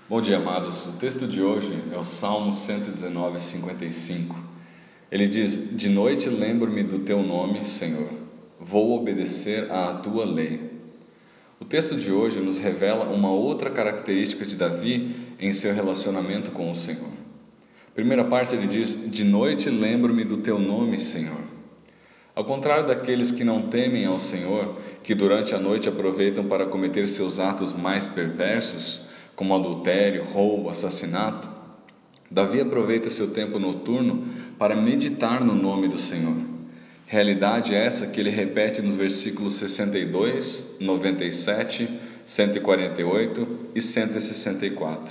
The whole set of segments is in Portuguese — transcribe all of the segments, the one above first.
Bom dia, amados. O texto de hoje é o Salmo 119, 55. Ele diz: De noite lembro-me do teu nome, Senhor. Vou obedecer à tua lei. O texto de hoje nos revela uma outra característica de Davi em seu relacionamento com o Senhor. Primeira parte ele diz: De noite lembro-me do teu nome, Senhor. Ao contrário daqueles que não temem ao Senhor, que durante a noite aproveitam para cometer seus atos mais perversos, como adultério, roubo, assassinato, Davi aproveita seu tempo noturno para meditar no nome do Senhor. Realidade essa que ele repete nos versículos 62, 97, 148 e 164.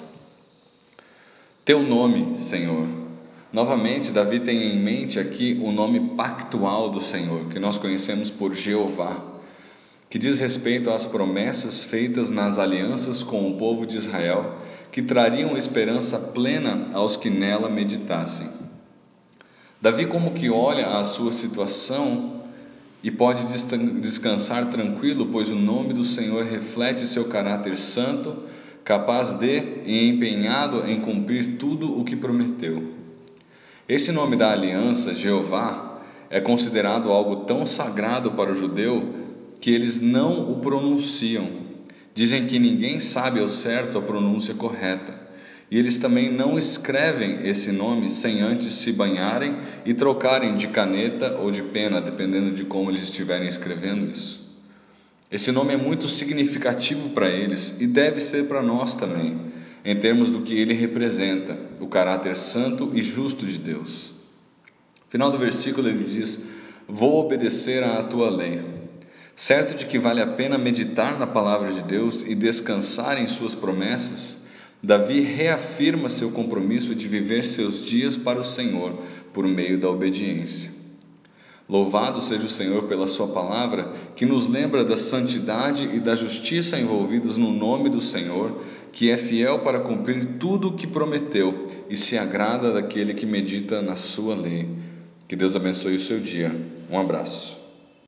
Teu nome, Senhor. Novamente, Davi tem em mente aqui o nome pactual do Senhor, que nós conhecemos por Jeová, que diz respeito às promessas feitas nas alianças com o povo de Israel, que trariam esperança plena aos que nela meditassem. Davi como que olha a sua situação e pode descansar tranquilo, pois o nome do Senhor reflete seu caráter santo, capaz de e empenhado em cumprir tudo o que prometeu. Esse nome da aliança, Jeová, é considerado algo tão sagrado para o judeu que eles não o pronunciam. Dizem que ninguém sabe ao certo a pronúncia correta. E eles também não escrevem esse nome sem antes se banharem e trocarem de caneta ou de pena, dependendo de como eles estiverem escrevendo isso. Esse nome é muito significativo para eles e deve ser para nós também, em termos do que ele representa, o caráter santo e justo de Deus. No final do versículo ele diz: Vou obedecer à tua lei. Certo de que vale a pena meditar na palavra de Deus e descansar em suas promessas, Davi reafirma seu compromisso de viver seus dias para o Senhor por meio da obediência. Louvado seja o Senhor pela sua palavra, que nos lembra da santidade e da justiça envolvidas no nome do Senhor, que é fiel para cumprir tudo o que prometeu e se agrada daquele que medita na sua lei. Que Deus abençoe o seu dia. Um abraço.